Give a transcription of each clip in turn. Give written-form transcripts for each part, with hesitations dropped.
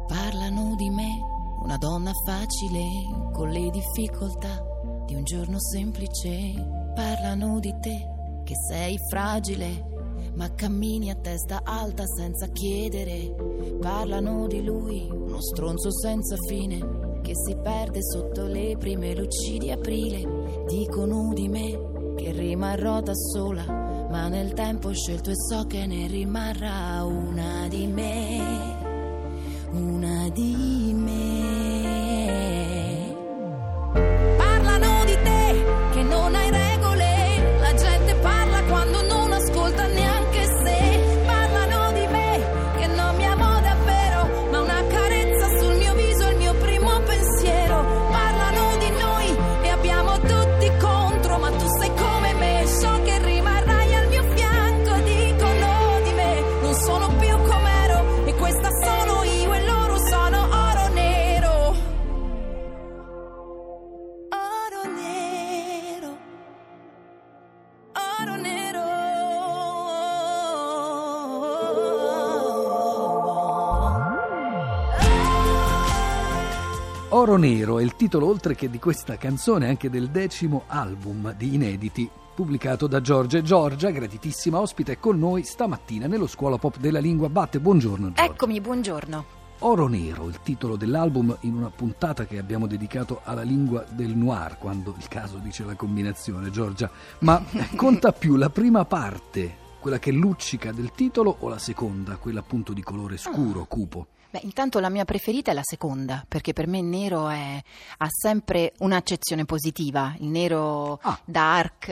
Parlano di me, una donna facile, con le difficoltà di un giorno semplice. Parlano di te, che sei fragile, ma cammini a testa alta senza chiedere. Parlano di lui, uno stronzo senza fine, che si perde sotto le prime luci di aprile. Dicono di me, che rimarrò da sola, ma nel tempo ho scelto e so che ne rimarrà una di me. Una di me. Parlano di te, che non hai regole, la gente parla quando non ascolta neanche se. Parlano di me, che non mi amo davvero, ma una carezza sul mio viso è il mio primo pensiero. Parlano di noi e abbiamo tutti contro, ma tu sei come me, so che rimarrai al mio fianco. Dicono di me, non sono più com'ero e questa sono io. Oro Nero è il titolo, oltre che di questa canzone, anche del 10° album di inediti pubblicato da Giorgia. Giorgia, graditissima ospite, è con noi stamattina nello Scuola Pop della Lingua Batte. Buongiorno Giorgia. Eccomi, buongiorno. Oro Nero, il titolo dell'album, in una puntata che abbiamo dedicato alla lingua del noir, quando il caso dice la combinazione, Giorgia. Ma conta più la prima parte, quella che luccica del titolo, o la seconda, quella appunto di colore scuro, cupo? Beh, intanto la mia preferita è la seconda, perché per me il nero ha sempre un'accezione positiva. Il nero dark,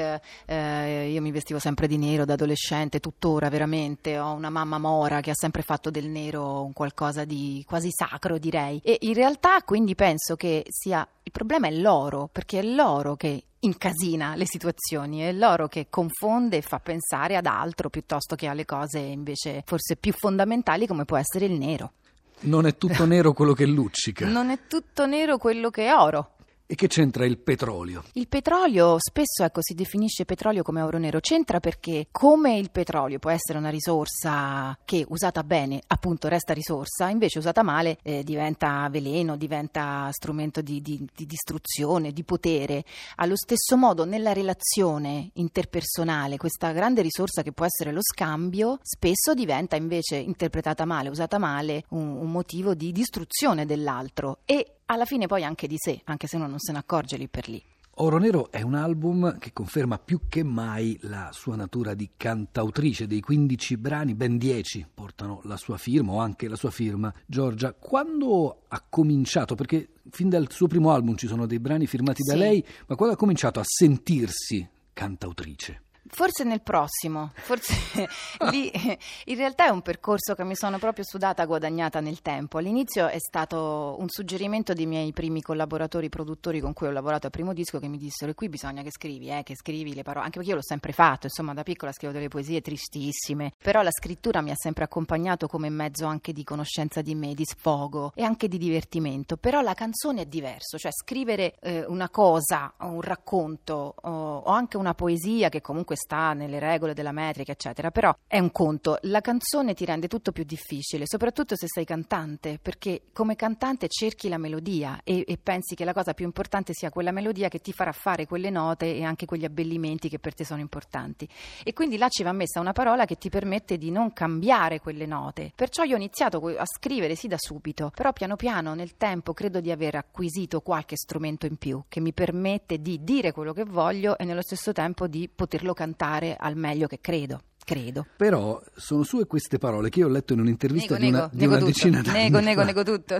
io mi vestivo sempre di nero da adolescente, tuttora veramente. Ho una mamma mora che ha sempre fatto del nero un qualcosa di quasi sacro, direi. E in realtà quindi penso che il problema è l'oro, perché è l'oro che incasina le situazioni, è l'oro che confonde e fa pensare ad altro piuttosto che alle cose invece forse più fondamentali, come può essere il nero. Non è tutto nero quello che luccica. Non è tutto nero quello che è oro. E che c'entra il petrolio? Il petrolio, spesso si definisce petrolio come oro nero. C'entra perché, come il petrolio può essere una risorsa che usata bene appunto resta risorsa, invece usata male diventa veleno, diventa strumento di distruzione, di potere. Allo stesso modo nella relazione interpersonale questa grande risorsa che può essere lo scambio spesso diventa invece, interpretata male, usata male, un motivo di distruzione dell'altro e alla fine poi anche di sé, anche se uno non se ne accorge lì per lì. Oro Nero è un album che conferma più che mai la sua natura di cantautrice. Dei 15 brani, ben 10 portano la sua firma o anche la sua firma. Giorgia, quando ha cominciato, perché fin dal suo primo album ci sono dei brani firmati da lei, ma quando ha cominciato a sentirsi cantautrice? Forse nel prossimo, forse lì in realtà è un percorso che mi sono proprio sudata guadagnata nel tempo. All'inizio è stato un suggerimento dei miei primi collaboratori produttori con cui ho lavorato al primo disco, che mi dissero: e qui bisogna che scrivi le parole, anche perché io l'ho sempre fatto, insomma da piccola scrivo delle poesie tristissime, però la scrittura mi ha sempre accompagnato come mezzo anche di conoscenza di me, di sfogo e anche di divertimento. Però la canzone è diverso, cioè scrivere una cosa, un racconto o anche una poesia che comunque sta nelle regole della metrica eccetera, però è un conto. La canzone ti rende tutto più difficile, soprattutto se sei cantante, perché come cantante cerchi la melodia e pensi che la cosa più importante sia quella melodia che ti farà fare quelle note e anche quegli abbellimenti che per te sono importanti, e quindi là ci va messa una parola che ti permette di non cambiare quelle note. Perciò io ho iniziato a scrivere sì da subito, però piano piano nel tempo credo di aver acquisito qualche strumento in più che mi permette di dire quello che voglio e nello stesso tempo di poterlo cantare al meglio che credo. Però sono sue queste parole che io ho letto in un'intervista di una decina d'anni fa. Nego tutto.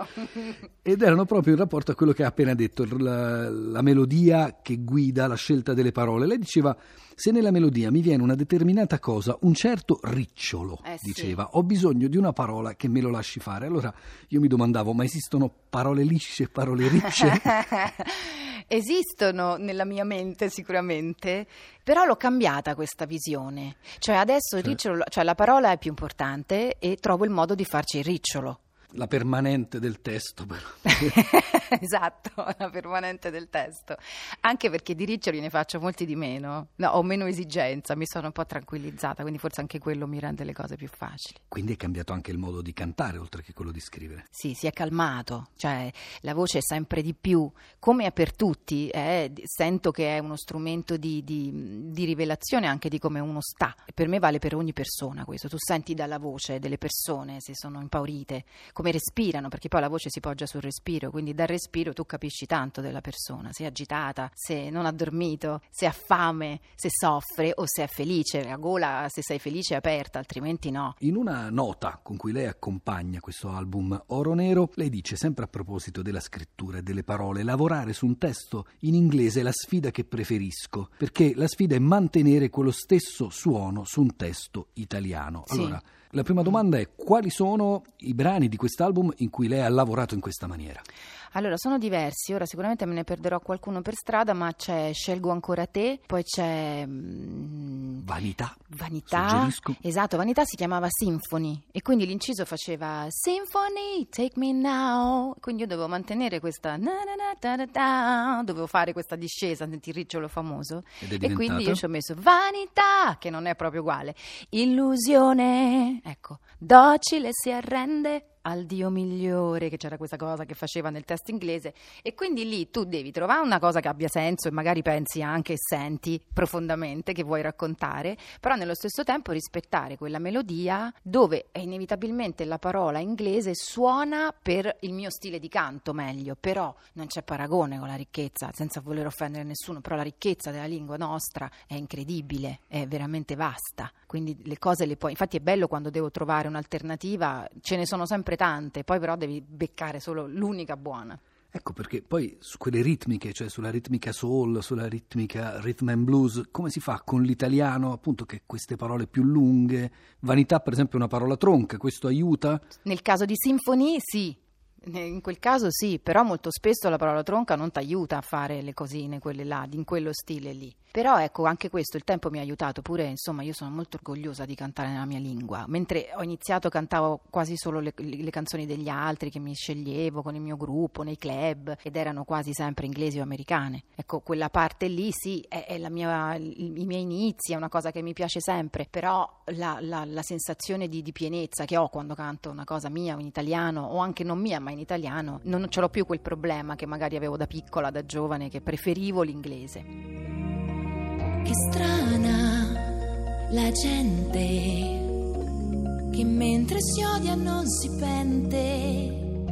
Ed erano proprio in rapporto a quello che ha appena detto, la melodia che guida la scelta delle parole. Lei diceva: se nella melodia mi viene una determinata cosa, un certo ricciolo, diceva, ho bisogno di una parola che me lo lasci fare. Allora io mi domandavo: ma esistono parole lisce e parole ricce? Esistono nella mia mente sicuramente, però l'ho cambiata questa visione. Cioè adesso il ricciolo, cioè la parola è più importante e trovo il modo di farci il ricciolo. la permanente del testo però. Esatto, la permanente del testo, anche perché di riccioli ne faccio molti di meno, no, ho meno esigenza, mi sono un po' tranquillizzata, quindi forse anche quello mi rende le cose più facili. Quindi è cambiato anche il modo di cantare oltre che quello di scrivere. Sì, si è calmato, cioè la voce è sempre di più, come è per tutti, sento che è uno strumento di rivelazione anche di come uno sta. Per me vale per ogni persona questo, tu senti dalla voce delle persone se sono impaurite, come respirano, perché poi la voce si poggia sul respiro, quindi dal respiro tu capisci tanto della persona, se è agitata, se non ha dormito, se ha fame, se soffre o se è felice, la gola se sei felice è aperta, altrimenti no. In una nota con cui lei accompagna questo album Oro Nero, lei dice, sempre a proposito della scrittura e delle parole, lavorare su un testo in inglese è la sfida che preferisco, perché la sfida è mantenere quello stesso suono su un testo italiano. Sì. Allora, la prima domanda è: quali sono i brani di quest'album in cui lei ha lavorato in questa maniera? Allora, sono diversi, ora sicuramente me ne perderò qualcuno per strada, ma c'è Scelgo ancora te, poi c'è Vanità. Suggerisco. Esatto, Vanità si chiamava Symphony e quindi l'inciso faceva Symphony, take me now, quindi io dovevo mantenere questa dovevo fare questa discesa nel ricciolo famoso e quindi io ci ho messo Vanità, che non è proprio uguale, Illusione, ecco, docile si arrende al Dio migliore, che c'era questa cosa che faceva nel testo inglese, e quindi lì tu devi trovare una cosa che abbia senso e magari pensi anche e senti profondamente che vuoi raccontare, però nello stesso tempo rispettare quella melodia dove inevitabilmente la parola inglese suona per il mio stile di canto meglio, però non c'è paragone con la ricchezza, senza voler offendere nessuno, però la ricchezza della lingua nostra è incredibile, è veramente vasta, quindi le cose le puoi, infatti è bello quando devo trovare un'alternativa, ce ne sono sempre tante, poi però devi beccare solo l'unica buona. Ecco perché poi su quelle ritmiche, cioè sulla ritmica soul, sulla ritmica rhythm and blues, come si fa con l'italiano, appunto, che queste parole più lunghe, Vanità per esempio è una parola tronca, questo aiuta? Nel caso di Symphony sì. In quel caso sì, però molto spesso la parola tronca non ti aiuta a fare le cosine, quelle là, in quello stile lì. Però ecco, anche questo, il tempo mi ha aiutato pure, insomma, io sono molto orgogliosa di cantare nella mia lingua. Mentre ho iniziato cantavo quasi solo le canzoni degli altri che mi sceglievo con il mio gruppo, nei club, ed erano quasi sempre inglesi o americane. Ecco, quella parte lì sì, è i miei inizi, è una cosa che mi piace sempre, però la sensazione di pienezza che ho quando canto una cosa mia o in italiano, o anche non mia ma in italiano, non ce l'ho più quel problema che magari avevo da piccola, da giovane, che preferivo l'inglese. Che strana la gente che mentre si odia non si pente,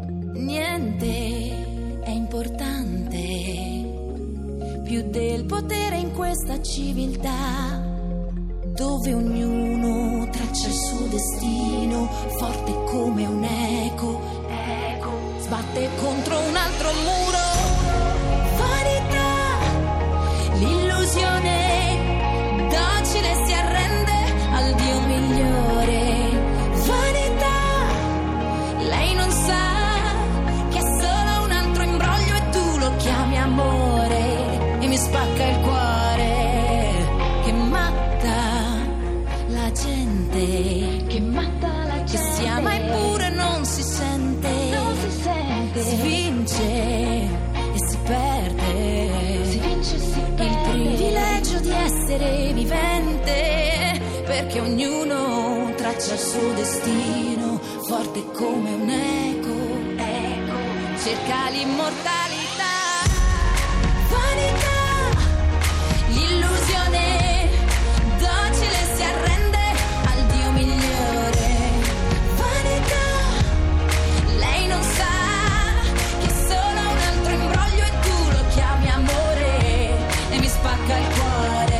niente è importante più del potere in questa civiltà dove ognuno traccia il suo destino forte come un eco, sbatte contro un altro muro. Vanità, l'illusione docile si arrende al Dio migliore. Vanità, lei non sa che è solo un altro imbroglio e tu lo chiami amore e mi spacca il cuore. Che matta la gente, che matta la gente, che si ama eppure non si sente, si vince e si perde, si vince e si perde. Il privilegio di essere vivente, perché ognuno traccia il suo destino forte come un eco, cerca l'immortalità. Vanità, l'illusione docile si arrende al Dio migliore. Vanità, lei non sa che è solo un altro imbroglio e tu lo chiami amore e mi spacca il cuore.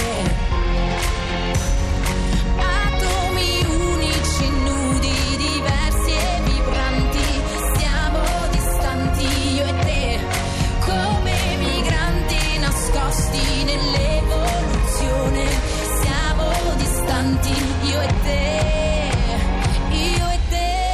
Atomi unici, nudi, diversi e vibranti, siamo distanti io e te, come migranti nascosti nell'evoluzione, siamo distanti io e te.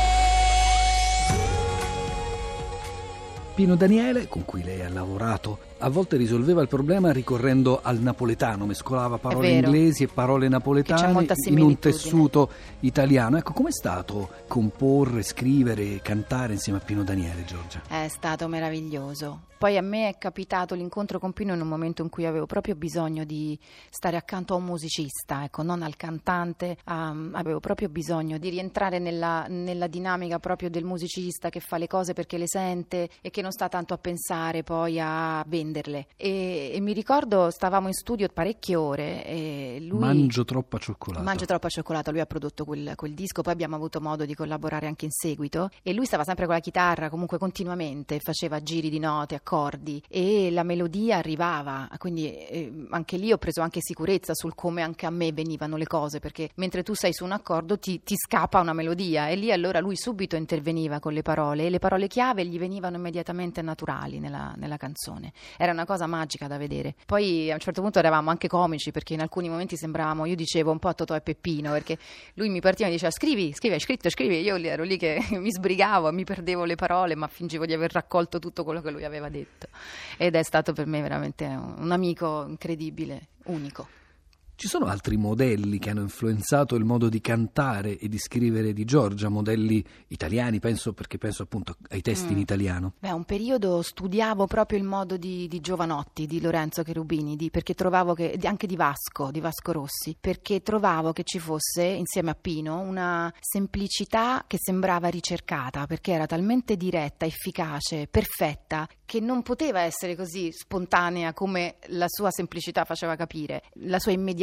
Pino Daniele, con cui lei ha lavorato a volte risolveva il problema ricorrendo al napoletano, mescolava parole inglesi e parole napoletane in un tessuto italiano. Ecco, com'è stato comporre, scrivere, cantare insieme a Pino Daniele, Giorgia? È stato meraviglioso. Poi a me è capitato l'incontro con Pino in un momento in cui avevo proprio bisogno di stare accanto a un musicista, ecco, non al cantante. Avevo proprio bisogno di rientrare nella dinamica proprio del musicista che fa le cose perché le sente e che non sta tanto a pensare poi a venderle. E mi ricordo, stavamo in studio parecchie ore e lui... Mangio troppa cioccolata. Lui ha prodotto quel disco, poi abbiamo avuto modo di collaborare anche in seguito e lui stava sempre con la chitarra, comunque continuamente, faceva giri di note, accordi e la melodia arrivava, quindi anche lì ho preso anche sicurezza sul come anche a me venivano le cose, perché mentre tu sei su un accordo ti scappa una melodia e lì allora lui subito interveniva con le parole e le parole chiave gli venivano immediatamente naturali nella canzone. Era una cosa magica da vedere. Poi a un certo punto eravamo anche comici, perché in alcuni momenti sembravamo, io dicevo un po' a Totò e Peppino, perché lui mi partiva e diceva scrivi, hai scritto, scrivi, io ero lì che mi sbrigavo, mi perdevo le parole ma fingevo di aver raccolto tutto quello che lui aveva detto ed è stato per me veramente un amico incredibile, unico. Ci sono altri modelli che hanno influenzato il modo di cantare e di scrivere di Giorgia, modelli italiani, penso appunto ai testi in italiano? Un periodo studiavo proprio il modo di Jovanotti, di Lorenzo Cherubini, perché trovavo che anche di Vasco Rossi, perché trovavo che ci fosse insieme a Pino una semplicità che sembrava ricercata, perché era talmente diretta, efficace, perfetta, che non poteva essere così spontanea come la sua semplicità faceva capire, la sua immediatezza.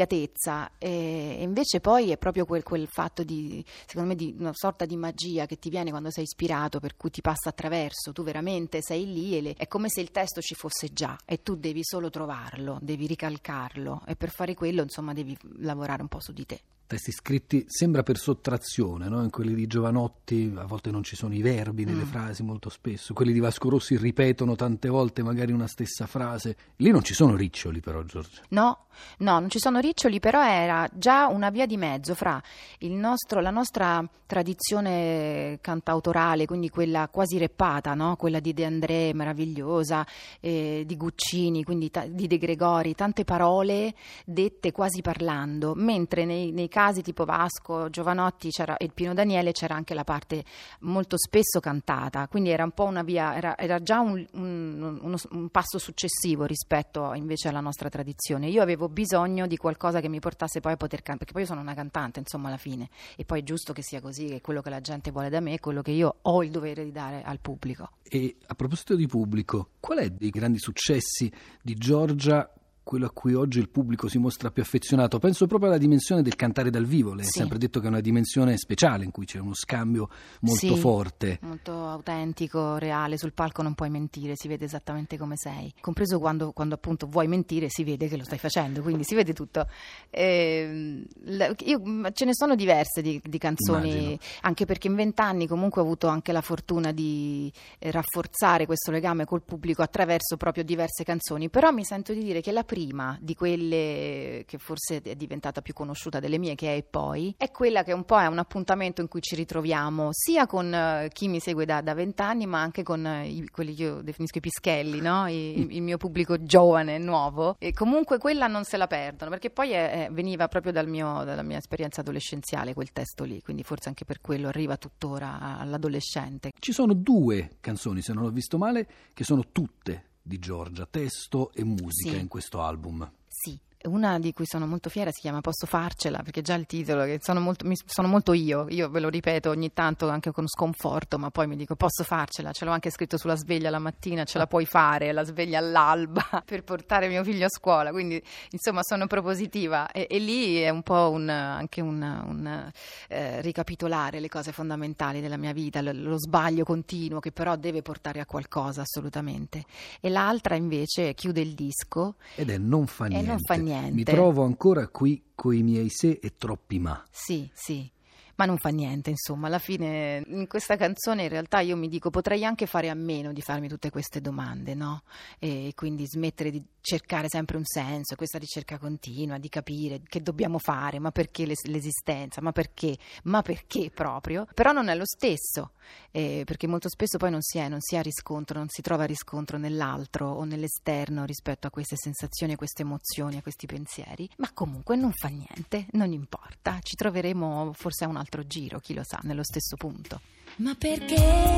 E invece poi è proprio quel fatto secondo me di una sorta di magia che ti viene quando sei ispirato, per cui ti passa attraverso, tu veramente sei lì e è come se il testo ci fosse già e tu devi solo trovarlo, devi ricalcarlo e per fare quello insomma devi lavorare un po' su di te. Testi scritti sembra per sottrazione, no? In quelli di Jovanotti a volte non ci sono i verbi nelle frasi, molto spesso. Quelli di Vasco Rossi ripetono tante volte magari una stessa frase. Lì non ci sono riccioli però, Giorgia. No, non ci sono riccioli, però era già una via di mezzo fra la nostra tradizione cantautorale, quindi quella quasi reppata, no? Quella di De André, meravigliosa, di Guccini, quindi di De Gregori, tante parole dette quasi parlando, mentre nei casi tipo Vasco, Jovanotti e Pino Daniele c'era anche la parte molto spesso cantata, quindi era un po' una via, era già un passo successivo rispetto invece alla nostra tradizione. Io avevo bisogno di qualcosa che mi portasse poi a poter cantare, perché poi io sono una cantante insomma alla fine, e poi è giusto che sia così, che quello che la gente vuole da me è quello che io ho il dovere di dare al pubblico. E a proposito di pubblico, qual è dei grandi successi di Giorgia quello a cui oggi il pubblico si mostra più affezionato? Penso proprio alla dimensione del cantare dal vivo. Lei ha sempre detto che è una dimensione speciale in cui c'è uno scambio molto forte, molto autentico, reale. Sul palco non puoi mentire, si vede esattamente come sei, compreso quando appunto vuoi mentire, si vede che lo stai facendo, quindi si vede tutto. Ce ne sono diverse di canzoni. Immagino. Anche perché in 20 anni comunque ho avuto anche la fortuna di rafforzare questo legame col pubblico attraverso proprio diverse canzoni, però mi sento di dire che la prima di quelle che forse è diventata più conosciuta delle mie, che è E poi, è quella che un po' è un appuntamento in cui ci ritroviamo sia con chi mi segue da 20 anni, ma anche con quelli che io definisco i pischelli, no? Il mio pubblico giovane, nuovo, e comunque quella non se la perdono, perché poi veniva proprio dalla mia esperienza adolescenziale quel testo lì, quindi forse anche per quello arriva tuttora all'adolescente. Ci sono 2 canzoni, se non ho visto male, che sono tutte di Giorgia, testo e musica in questo album. Sì. Una di cui sono molto fiera si chiama Posso farcela, perché già il titolo, che sono molto io ve lo ripeto ogni tanto anche con sconforto, ma poi mi dico posso farcela, ce l'ho anche scritto sulla sveglia la mattina, ce la puoi fare, la sveglia all'alba per portare mio figlio a scuola, quindi insomma sono propositiva e lì è un po' anche un ricapitolare le cose fondamentali della mia vita, lo sbaglio continuo che però deve portare a qualcosa assolutamente. E l'altra invece chiude il disco ed è Non fa niente. Non fa niente. Mi trovo ancora qui coi miei se e troppi ma. Sì. Ma non fa niente, insomma, alla fine in questa canzone in realtà io mi dico potrei anche fare a meno di farmi tutte queste domande, no? E quindi smettere di cercare sempre un senso, questa ricerca continua, di capire che dobbiamo fare, ma perché l'esistenza, ma perché proprio? Però non è lo stesso, perché molto spesso poi non si ha riscontro, non si trova riscontro nell'altro o nell'esterno rispetto a queste sensazioni, a queste emozioni, a questi pensieri, ma comunque non fa niente, non importa, ci troveremo forse a un altro giro, chi lo sa, nello stesso punto. Ma perché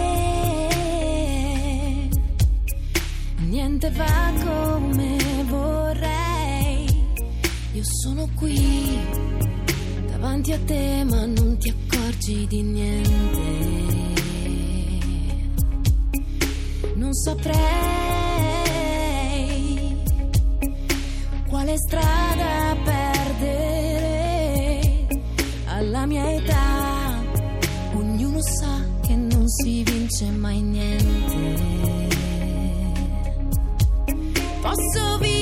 niente va come vorrei, io sono qui davanti a te ma non ti accorgi di niente, non saprei quale strada perdere alla mia età, ognuno sa che non si vince mai niente, posso vivere